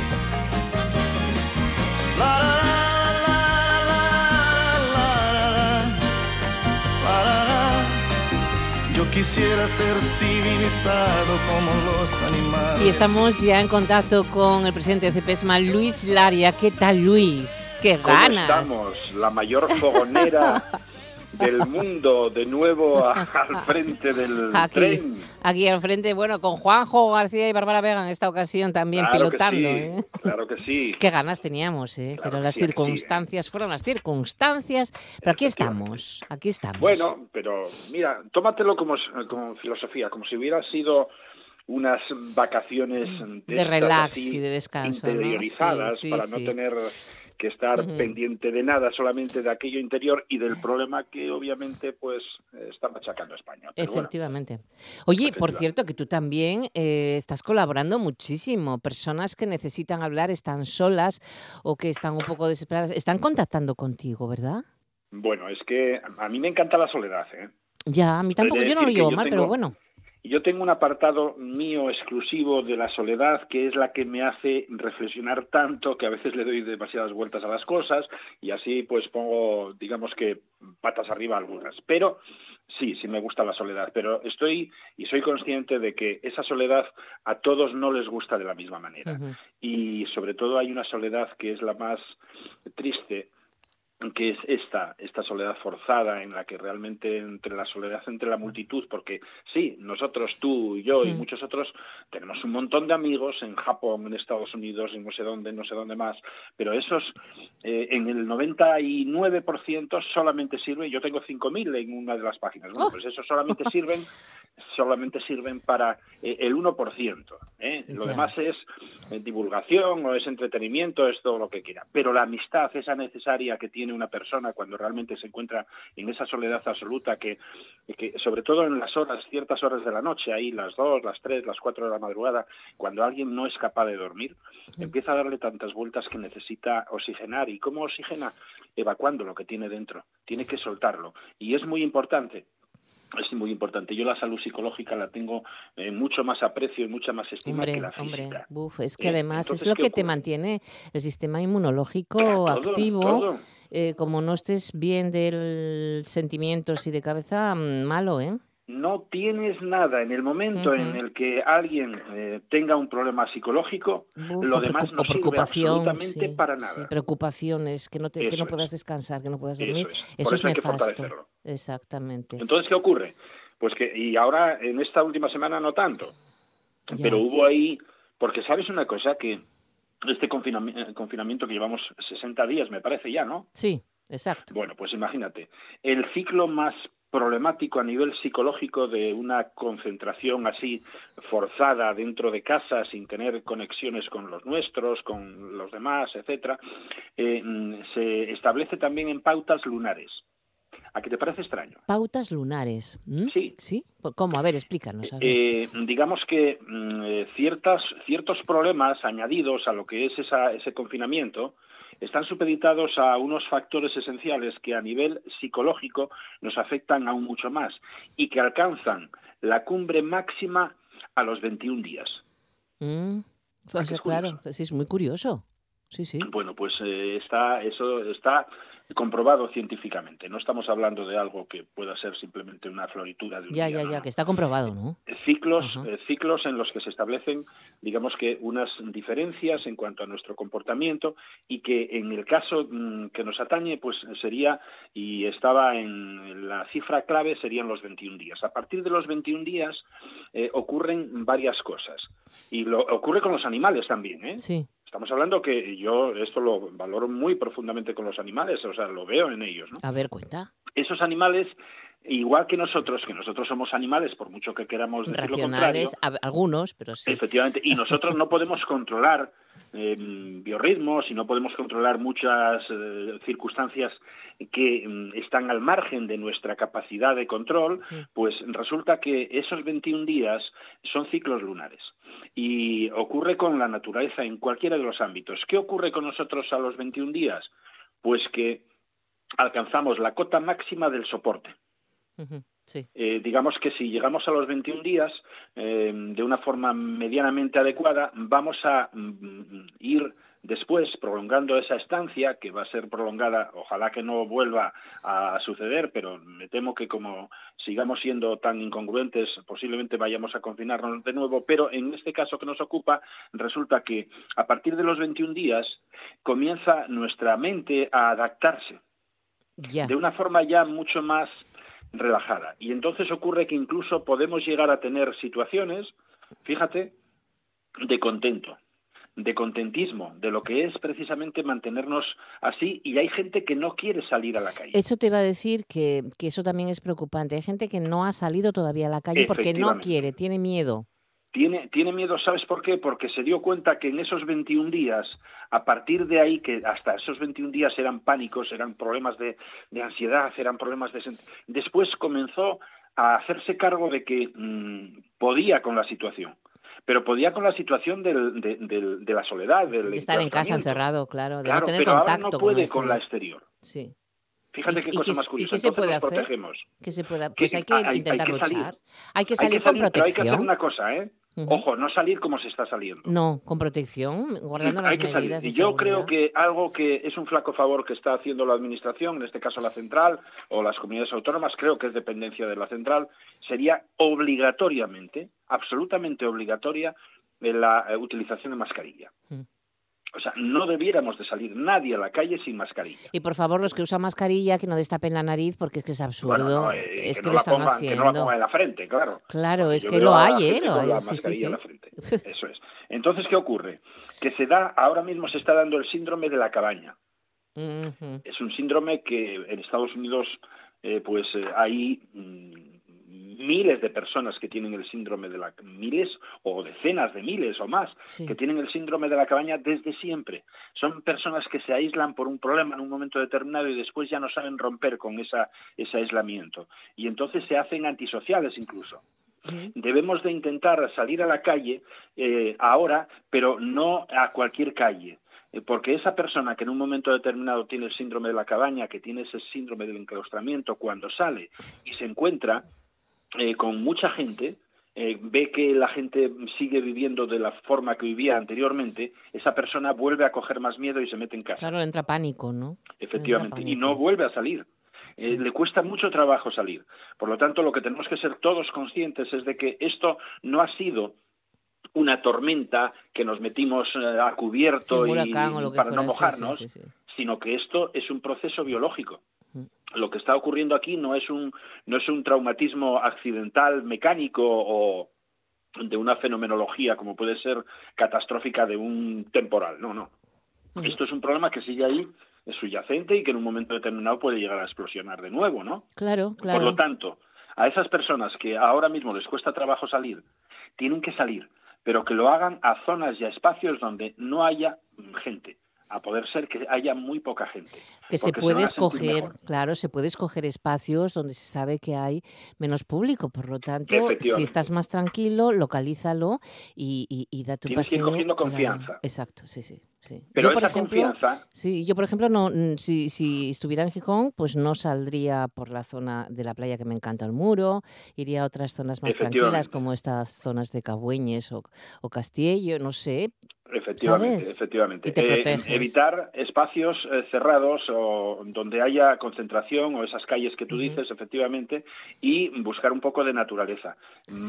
Yo quisiera ser civilizado como los animales. Y estamos ya en contacto con el presidente de CEPESMA, Luis Laria. ¿Qué tal, Luis? ¡Qué ganas! ¿Cómo estamos? La mayor fogonera del mundo, de nuevo al frente del tren. Aquí al frente, bueno, con Juanjo García y Bárbara Vega en esta ocasión también claro pilotando. Que sí, claro que sí. Qué ganas teníamos, Claro pero las circunstancias fueron las circunstancias. Pero aquí estamos. Bueno, pero mira, tómatelo como filosofía, como si hubiera sido unas vacaciones de relax y de descanso, interiorizadas, ¿no? Sí, para no tener que estar pendiente de nada, solamente de aquello interior y del problema que obviamente pues está machacando a España. Pero efectivamente. Bueno, oye, por cierto, que tú también estás colaborando muchísimo. Personas que necesitan hablar, están solas o que están un poco desesperadas, están contactando contigo, ¿verdad? Bueno, es que a mí me encanta la soledad, ¿eh? Ya, a mí tampoco, yo no lo llevo mal, pero bueno. Yo tengo un apartado mío exclusivo de la soledad, que es la que me hace reflexionar tanto que a veces le doy demasiadas vueltas a las cosas y así pues pongo, digamos que patas arriba algunas. Pero sí me gusta la soledad, pero soy consciente de que esa soledad a todos no les gusta de la misma manera. Y sobre todo hay una soledad que es la más triste, que es esta soledad forzada en la que realmente entre la multitud, porque sí, nosotros, tú y yo y muchos otros tenemos un montón de amigos en Japón, en Estados Unidos, en no sé dónde más, pero esos en el 99% solamente sirven, yo tengo 5.000 en una de las páginas, bueno, pues esos solamente sirven para el 1%, lo demás es divulgación o es entretenimiento, es todo lo que quiera, pero la amistad, esa necesaria que tiene una persona cuando realmente se encuentra en esa soledad absoluta, que sobre todo en ciertas horas de la noche, ahí las 2, las 3, las 4 de la madrugada, cuando alguien no es capaz de dormir, empieza a darle tantas vueltas que necesita oxigenar. ¿Y cómo oxigena? Evacuando lo que tiene dentro. Tiene que soltarlo. Y es muy importante. Es muy importante. Yo la salud psicológica la tengo mucho más aprecio y mucha más estima que la física. Es que además es lo que te mantiene el sistema inmunológico activo. Todo. Como no estés bien de sentimientos y de cabeza, malo, ¿eh? No tienes nada. En el momento en el que alguien tenga un problema psicológico, lo demás no sirve absolutamente para nada. Sí, preocupaciones, que no puedas descansar, que no puedas dormir. Eso es nefasto. Exactamente. Entonces, ¿qué ocurre? Pues y ahora en esta última semana no tanto. Ya. Pero hubo ahí, porque sabes una cosa, que este confinamiento que llevamos 60 días, me parece ya, ¿no? Sí, exacto. Bueno, pues imagínate, el ciclo más problemático a nivel psicológico de una concentración así forzada dentro de casa, sin tener conexiones con los nuestros, con los demás, etcétera, se establece también en pautas lunares. ¿A qué te parece extraño? Pautas lunares. Sí. ¿Cómo? A ver, explícanos. A ver. Digamos que ciertos problemas añadidos a lo que es ese confinamiento están supeditados a unos factores esenciales que a nivel psicológico nos afectan aún mucho más y que alcanzan la cumbre máxima a los 21 días. Pues claro, sí, es muy curioso. Sí. Bueno, pues eso está comprobado científicamente. No estamos hablando de algo que pueda ser simplemente una floritura de un día. Ya, que está comprobado, ¿no? Ciclos en los que se establecen, digamos que unas diferencias en cuanto a nuestro comportamiento y que en el caso que nos atañe, pues sería, y estaba en la cifra clave, serían los 21 días. A partir de los 21 días ocurren varias cosas. Y ocurre con los animales también, ¿eh? Sí. Estamos hablando que yo esto lo valoro muy profundamente con los animales, o sea, lo veo en ellos, ¿no? A ver, cuenta. Esos animales igual que nosotros somos animales, por mucho que queramos decir lo contrario. Racionales, algunos, pero sí. Efectivamente, y nosotros no podemos controlar biorritmos y no podemos controlar muchas circunstancias que están al margen de nuestra capacidad de control, pues resulta que esos 21 días son ciclos lunares. Y ocurre con la naturaleza en cualquiera de los ámbitos. ¿Qué ocurre con nosotros a los 21 días? Pues que alcanzamos la cota máxima del soporte. Sí. Digamos que si llegamos a los 21 días de una forma medianamente adecuada, vamos a ir después prolongando esa estancia, que va a ser prolongada, ojalá que no vuelva a suceder, pero me temo que como sigamos siendo tan incongruentes, posiblemente vayamos a confinarnos de nuevo, pero en este caso que nos ocupa, resulta que a partir de los 21 días comienza nuestra mente a adaptarse de una forma ya mucho más relajada. Y entonces ocurre que incluso podemos llegar a tener situaciones, fíjate, de contento, de contentismo, de lo que es precisamente mantenernos así, y hay gente que no quiere salir a la calle. Eso te iba a decir que eso también es preocupante. Hay gente que no ha salido todavía a la calle porque no quiere, tiene miedo. Tiene miedo, ¿sabes por qué? Porque se dio cuenta que en esos 21 días, a partir de ahí, que hasta esos 21 días eran pánicos, eran problemas de ansiedad, eran problemas de... Después comenzó a hacerse cargo de que podía con la situación, pero podía con la situación de la soledad, del de estar en casa encerrado, claro, de no tener pero contacto ahora no puede con la exterior. Sí. Fíjate qué cosa más curiosa. ¿Y qué se puede hacer? Protegemos. ¿Qué se puede? Pues hay que intentar luchar. Hay que salir con protección. Pero hay que hacer una cosa, Ojo, no salir como se está saliendo. No, con protección, guardando las medidas de seguridad. Yo creo que algo que es un flaco favor que está haciendo la Administración, en este caso la Central o las comunidades autónomas, creo que es dependencia de la Central, sería obligatoriamente, absolutamente obligatoria, la utilización de mascarilla. O sea, no debiéramos de salir nadie a la calle sin mascarilla. Y por favor, los que usan mascarilla, que no destapen la nariz, porque es que es absurdo. Bueno, es que no lo están haciendo. Que no la pongan en la frente, claro. Claro, es que lo hay, lo hay. La mascarilla en la frente. Eso es. Entonces, ¿qué ocurre? Que ahora mismo se está dando el síndrome de la cabaña. Es un síndrome que en Estados Unidos, hay miles de personas que tienen el síndrome de miles o decenas de miles o más que tienen el síndrome de la cabaña desde siempre. Son personas que se aíslan por un problema en un momento determinado y después ya no saben romper con ese aislamiento. Y entonces se hacen antisociales incluso. Debemos de intentar salir a la calle ahora, pero no a cualquier calle. Porque esa persona que en un momento determinado tiene el síndrome de la cabaña, que tiene ese síndrome del enclaustramiento, cuando sale y se encuentra con mucha gente, ve que la gente sigue viviendo de la forma que vivía anteriormente, esa persona vuelve a coger más miedo y se mete en casa. Claro, entra pánico, ¿no? Efectivamente, y no vuelve a salir. Le cuesta mucho trabajo salir. Por lo tanto, lo que tenemos que ser todos conscientes es de que esto no ha sido una tormenta que nos metimos a cubierto para no mojarnos, sino que esto es un proceso biológico. Lo que está ocurriendo aquí no es un traumatismo accidental mecánico o de una fenomenología como puede ser catastrófica de un temporal. No. Esto es un problema que sigue ahí, es subyacente y que en un momento determinado puede llegar a explosionar de nuevo, ¿no? Claro. Por lo tanto, a esas personas que ahora mismo les cuesta trabajo salir, tienen que salir, pero que lo hagan a zonas y a espacios donde no haya gente. A poder ser que haya muy poca gente. Que se puede escoger, claro, se puede escoger espacios donde se sabe que hay menos público. Por lo tanto, si estás más tranquilo, localízalo y date un paseo. Tienes que ir cogiendo confianza. Claro. Exacto, sí. Pero yo, por esa ejemplo, confianza... Sí, yo, por ejemplo, no, si estuviera en Gijón, pues no saldría por la zona de la playa que me encanta, el Muro, iría a otras zonas más tranquilas, como estas zonas de Cabueñes o Castiello, no sé. Efectivamente. Y te proteges. Evitar espacios cerrados o donde haya concentración o esas calles que tú dices, efectivamente, y buscar un poco de naturaleza.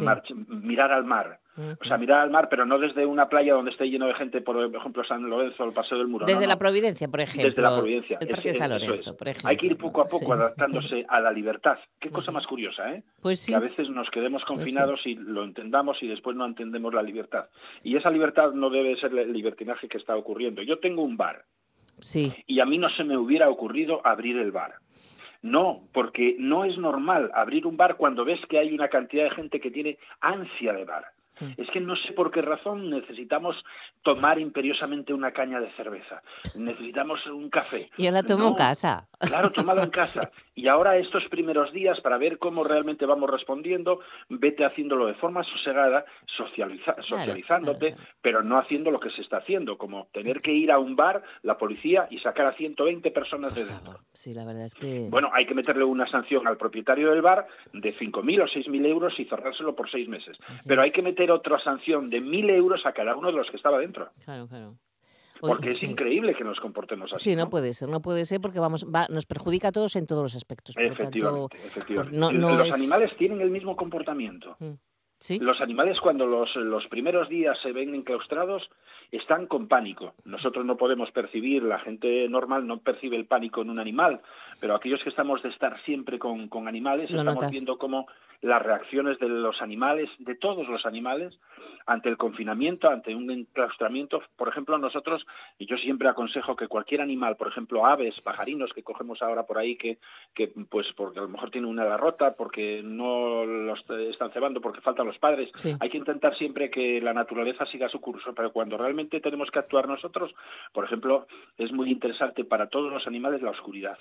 Mirar al mar. O sea, mirar al mar, pero no desde una playa donde esté lleno de gente, por ejemplo, San Lorenzo, el Paseo del Muro. Desde la Providencia, por ejemplo. Desde la Providencia. El Parque de San Lorenzo, por ejemplo. Hay que ir poco a poco adaptándose a la libertad. Qué cosa más curiosa, ¿eh? Pues sí. Que a veces nos quedemos confinados y lo entendamos y después no entendemos la libertad. Y esa libertad no debe ser el libertinaje que está ocurriendo. Yo tengo un bar. Sí. Y a mí no se me hubiera ocurrido abrir el bar. No, porque no es normal abrir un bar cuando ves que hay una cantidad de gente que tiene ansia de bar. Es que no sé por qué razón necesitamos tomar imperiosamente una caña de cerveza. Necesitamos un café. Yo la tomo en casa. Claro, tómalo en casa. Sí. Y ahora estos primeros días, para ver cómo realmente vamos respondiendo, vete haciéndolo de forma sosegada, socializándote, claro. Pero no haciendo lo que se está haciendo, como tener que ir a un bar, la policía, y sacar a 120 personas de dentro. Sí, la verdad es que... Bueno, hay que meterle una sanción al propietario del bar de 5.000 o 6.000 euros y cerrárselo por 6 meses. Okay. Pero hay que meter otra sanción de 1.000 euros a cada uno de los que estaba dentro. Claro, claro. Porque es increíble que nos comportemos así. Sí, no puede ser porque nos perjudica a todos en todos los aspectos. Efectivamente. Los animales tienen el mismo comportamiento. ¿Sí? Los animales, cuando los primeros días se ven enclaustrados, están con pánico. Nosotros no podemos percibir, la gente normal no percibe el pánico en un animal, pero aquellos que estamos de estar siempre con animales, estamos viendo cómo las reacciones de los animales, de todos los animales, ante el confinamiento, ante un enclaustramiento. Por ejemplo, nosotros, y yo siempre aconsejo que cualquier animal, por ejemplo, aves, pajarinos que cogemos ahora por ahí, que pues porque a lo mejor tienen una ala rota, porque no los están cebando, porque faltan los padres, sí. Hay que intentar siempre que la naturaleza siga su curso, pero cuando realmente tenemos que actuar nosotros, por ejemplo, es muy interesante para todos los animales la oscuridad.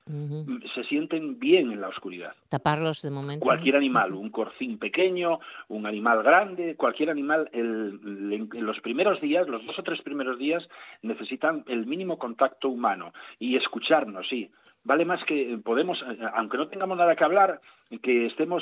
Se sienten bien en la oscuridad. Taparlos de momento. Cualquier animal, un corcín pequeño, un animal grande, cualquier animal, en los primeros días, los 2 o 3 primeros días, necesitan el mínimo contacto humano y escucharnos, sí. Vale más que podemos, aunque no tengamos nada que hablar, que estemos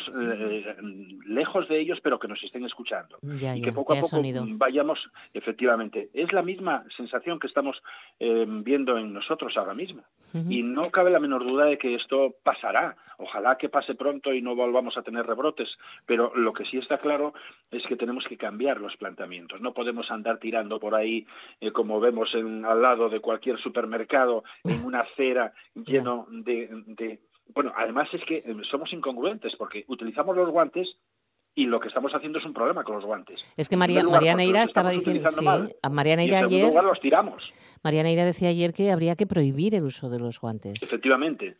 lejos de ellos, pero que nos estén escuchando. Y que poco a poco vayamos, efectivamente. Es la misma sensación que estamos viendo en nosotros ahora mismo. Y no cabe la menor duda de que esto pasará. Ojalá que pase pronto y no volvamos a tener rebrotes. Pero lo que sí está claro es que tenemos que cambiar los planteamientos. No podemos andar tirando por ahí, como vemos al lado de cualquier supermercado, en una acera lleno de... Bueno, además es que somos incongruentes porque utilizamos los guantes y lo que estamos haciendo es un problema con los guantes. Es que María Neira estaba diciendo... Sí, a María Neira ayer... Y en segundo lugar los tiramos. María Neira decía ayer que habría que prohibir el uso de los guantes. Efectivamente.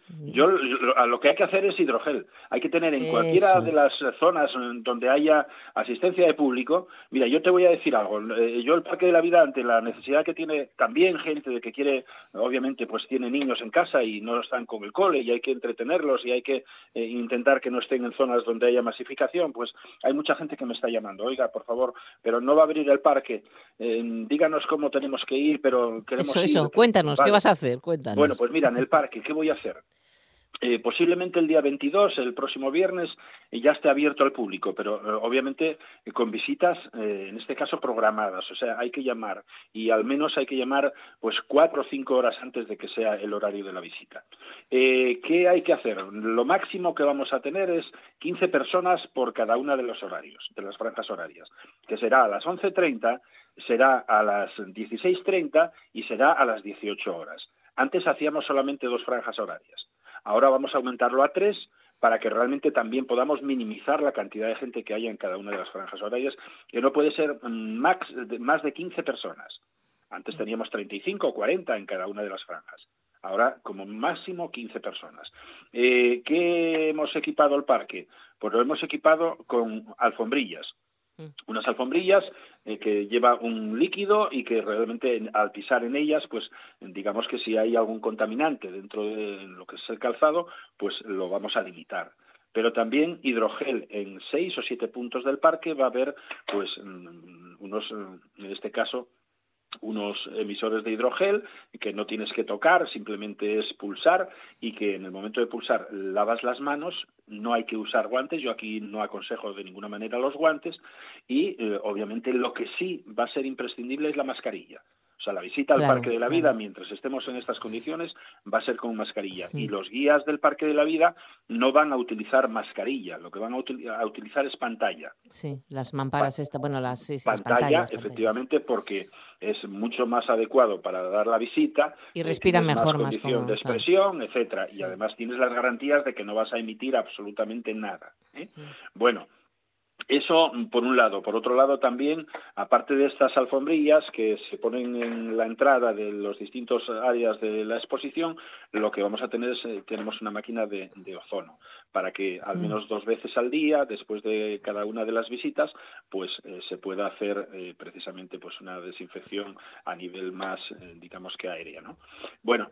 Lo que hay que hacer es hidrogel. Hay que tener en cualquiera de las zonas donde haya asistencia de público... Mira, yo te voy a decir algo. Yo el Parque de la Vida, ante la necesidad que tiene también gente de que quiere... Obviamente, pues tiene niños en casa y no están con el cole y hay que entretenerlos y hay que intentar que no estén en zonas donde haya masificación, pues hay mucha gente que me está llamando. Oiga, por favor, pero no va a abrir el parque. Díganos cómo tenemos que ir, pero... Eso, cuéntanos, vale. ¿Qué vas a hacer? Cuéntanos. Bueno, pues mira, en el parque, ¿qué voy a hacer? Posiblemente el día 22, el próximo viernes, ya esté abierto al público, pero obviamente con visitas, en este caso programadas, o sea, hay que llamar y al menos hay que llamar pues 4 o 5 horas antes de que sea el horario de la visita. ¿Qué hay que hacer? Lo máximo que vamos a tener es 15 personas por cada una de los horarios, de las franjas horarias, que será a las 11:30, será a las 16:30 y será a las 18 horas. Antes hacíamos solamente 2 franjas horarias. Ahora vamos a aumentarlo a 3 para que realmente también podamos minimizar la cantidad de gente que haya en cada una de las franjas horarias, que no puede ser más de 15 personas. Antes teníamos 35 o 40 en cada una de las franjas. Ahora, como máximo, 15 personas. ¿Qué hemos equipado el parque? Pues lo hemos equipado con alfombrillas. Unas alfombrillas que lleva un líquido y que realmente al pisar en ellas, pues digamos que si hay algún contaminante dentro de lo que es el calzado, pues lo vamos a limitar. Pero también hidrogel en 6 o 7 puntos del parque va a haber pues unos, en este caso, unos emisores de hidrogel que no tienes que tocar, simplemente es pulsar y que en el momento de pulsar lavas las manos, no hay que usar guantes, yo aquí no aconsejo de ninguna manera los guantes y obviamente lo que sí va a ser imprescindible es la mascarilla. O sea, la visita al Parque de la Vida, mientras estemos en estas condiciones, va a ser con mascarilla. Y los guías del Parque de la Vida no van a utilizar mascarilla, lo que van a utilizar es pantalla. Sí, las mamparas, las pantallas, efectivamente, porque es mucho más adecuado para dar la visita. Y respira mejor, más condición de expresión, etcétera. Sí. Y además tienes las garantías de que no vas a emitir absolutamente nada. Bueno, Eso por un lado. Por otro lado también, aparte de estas alfombrillas que se ponen en la entrada de los distintos áreas de la exposición, lo que vamos a tener es, tenemos una máquina de ozono, para que al menos 2 veces al día, después de cada una de las visitas, pues se pueda hacer precisamente pues una desinfección a nivel más, digamos que aérea, ¿no? Bueno,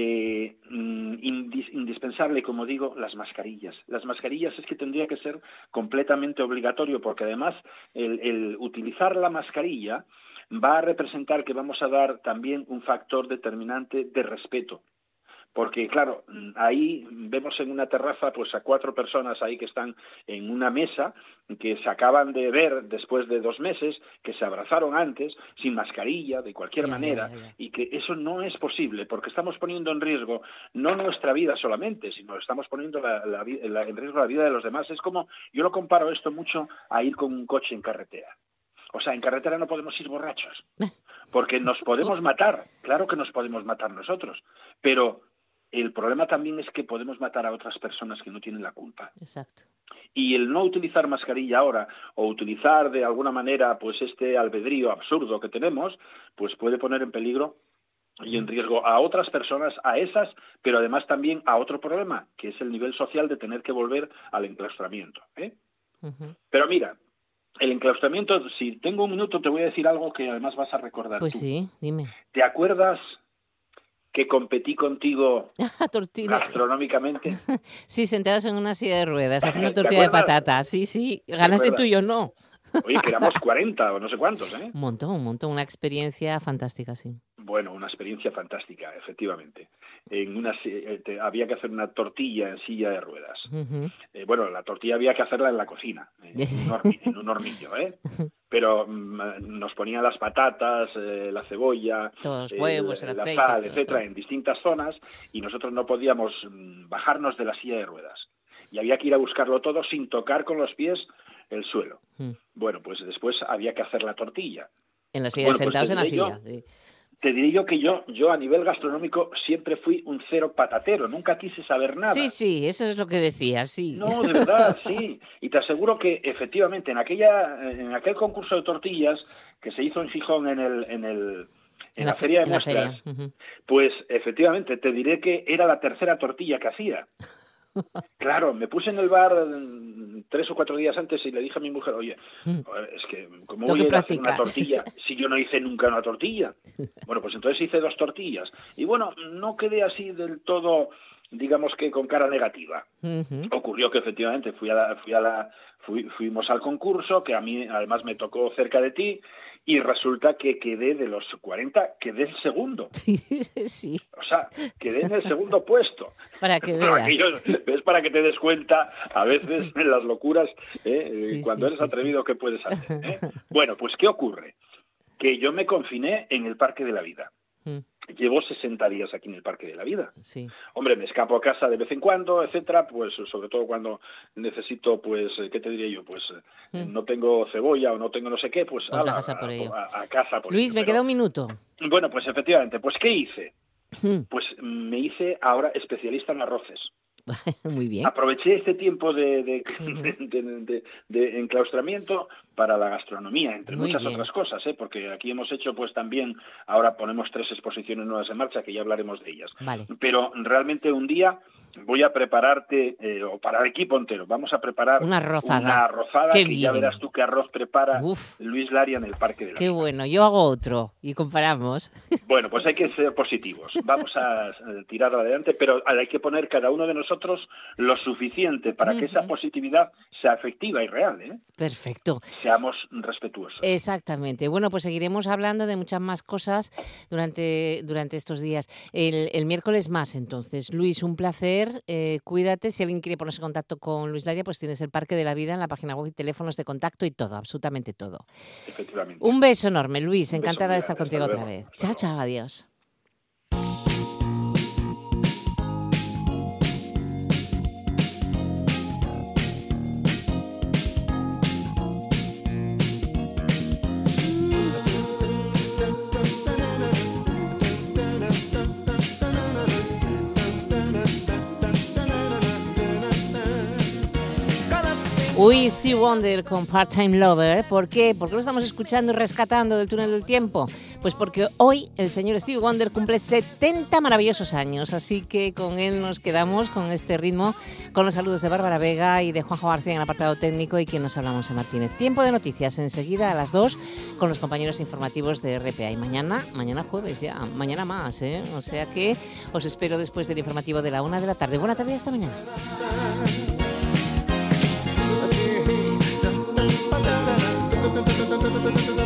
indispensable, como digo, las mascarillas. Las mascarillas es que tendría que ser completamente obligatorio, porque además el utilizar la mascarilla va a representar que vamos a dar también un factor determinante de respeto. Porque, claro, ahí vemos en una terraza pues a 4 personas ahí que están en una mesa, que se acaban de ver después de 2 meses, que se abrazaron antes, sin mascarilla, de cualquier manera, y que eso no es posible, porque estamos poniendo en riesgo no nuestra vida solamente, sino estamos poniendo en riesgo la vida de los demás. Es como, yo lo comparo esto mucho a ir con un coche en carretera. O sea, en carretera no podemos ir borrachos, porque nos podemos matar, claro que nos podemos matar nosotros, pero el problema también es que podemos matar a otras personas que no tienen la culpa. Exacto. Y el no utilizar mascarilla ahora, o utilizar de alguna manera pues este albedrío absurdo que tenemos, pues puede poner en peligro y en riesgo a otras personas, a esas, pero además también a otro problema, que es el nivel social de tener que volver al enclaustramiento, ¿eh? Pero mira, el enclaustramiento, si tengo un minuto te voy a decir algo que además vas a recordar. Pues tú. Sí, dime. ¿Te acuerdas que competí contigo gastronómicamente? Sí, sentados en una silla de ruedas, haciendo tortilla de patata. Sí, ganaste tú y yo no. Oye, que éramos 40 o no sé cuántos, ¿eh? Un montón, una experiencia fantástica, sí. Bueno, una experiencia fantástica, efectivamente. Había que hacer una tortilla en silla de ruedas. Bueno, la tortilla había que hacerla en la cocina, en un hornillo, ¿eh? Pero nos ponían las patatas, la cebolla, todos los huevos, el aceite, la sal, etcétera, en distintas zonas, y nosotros no podíamos bajarnos de la silla de ruedas. Y había que ir a buscarlo todo sin tocar con los pies el suelo. Bueno, pues después había que hacer la tortilla. En la silla, sentados en la silla. Sí. Te diré yo que yo a nivel gastronómico siempre fui un cero patatero, nunca quise saber nada. Sí, eso es lo que decías, sí. No, de verdad, sí. Y te aseguro que efectivamente en aquel concurso de tortillas que se hizo en Gijón en la feria de muestras, pues efectivamente te diré que era la 3ª tortilla que hacía. Claro, me puse en el bar 3 o 4 días antes y le dije a mi mujer, oye, es que ¿cómo voy a ir a hacer una tortilla si yo no hice nunca una tortilla? Bueno, pues entonces hice 2 tortillas. Y bueno, no quedé así del todo, digamos que con cara negativa. Ocurrió que efectivamente fuimos al concurso, que a mí además me tocó cerca de ti, y resulta que quedé de los 40, quedé el segundo. Sí. O sea, quedé en el segundo puesto. Para que veas. Es para que te des cuenta, a veces, en las locuras, cuando eres atrevido, ¿qué puedes hacer? Bueno, pues ¿qué ocurre? Que yo me confiné en el Parque de la Vida. Llevo 60 días aquí en el Parque de la Vida. Sí. Hombre, me escapo a casa de vez en cuando, etcétera, pues sobre todo cuando necesito, pues, ¿qué te diría yo? Pues no tengo cebolla o no tengo no sé qué, pues a casa por ello. A casa por Luis, ello. me queda un minuto. Bueno, pues efectivamente, pues ¿qué hice? Pues me hice ahora especialista en arroces. Muy bien. Aproveché este tiempo de enclaustramiento para la gastronomía, entre muchas otras cosas, porque aquí hemos hecho pues también, ahora ponemos 3 exposiciones nuevas en marcha, que ya hablaremos de ellas. Vale. Pero realmente un día voy a prepararte, o para el equipo entero, vamos a preparar una arrozada que ya verás tú qué arroz prepara Luis Laria en el Parque de la Vida. Qué bueno, yo hago otro y comparamos. Bueno, pues hay que ser positivos, vamos a tirar adelante, pero hay que poner cada uno de nosotros lo suficiente para que esa positividad sea efectiva y real, ¿eh? Perfecto. Seamos respetuosos. Exactamente. Bueno, pues seguiremos hablando de muchas más cosas durante estos días. El miércoles más, entonces. Luis, un placer. Cuídate. Si alguien quiere ponerse en contacto con Luis Laria, pues tienes el Parque de la Vida en la página web, teléfonos de contacto y todo, absolutamente todo. Efectivamente. Un beso enorme, Luis. Encantada de estar contigo otra vez. Chao, chao. Adiós. Uy, Stevie Wonder con Part-Time Lover. ¿Por qué? ¿Por qué lo estamos escuchando y rescatando del túnel del tiempo? Pues porque hoy el señor Stevie Wonder cumple 70 maravillosos años, así que con él nos quedamos con este ritmo, con los saludos de Bárbara Vega y de Juanjo García en el apartado técnico y quien nos hablamos en Martínez. Tiempo de noticias enseguida a las 2 con los compañeros informativos de RPA. Y mañana jueves ya, mañana más, ¿eh? O sea que os espero después del informativo de la 1 de la tarde. Buena tarde y hasta mañana. Da da da da da da da da da da da da da da da da da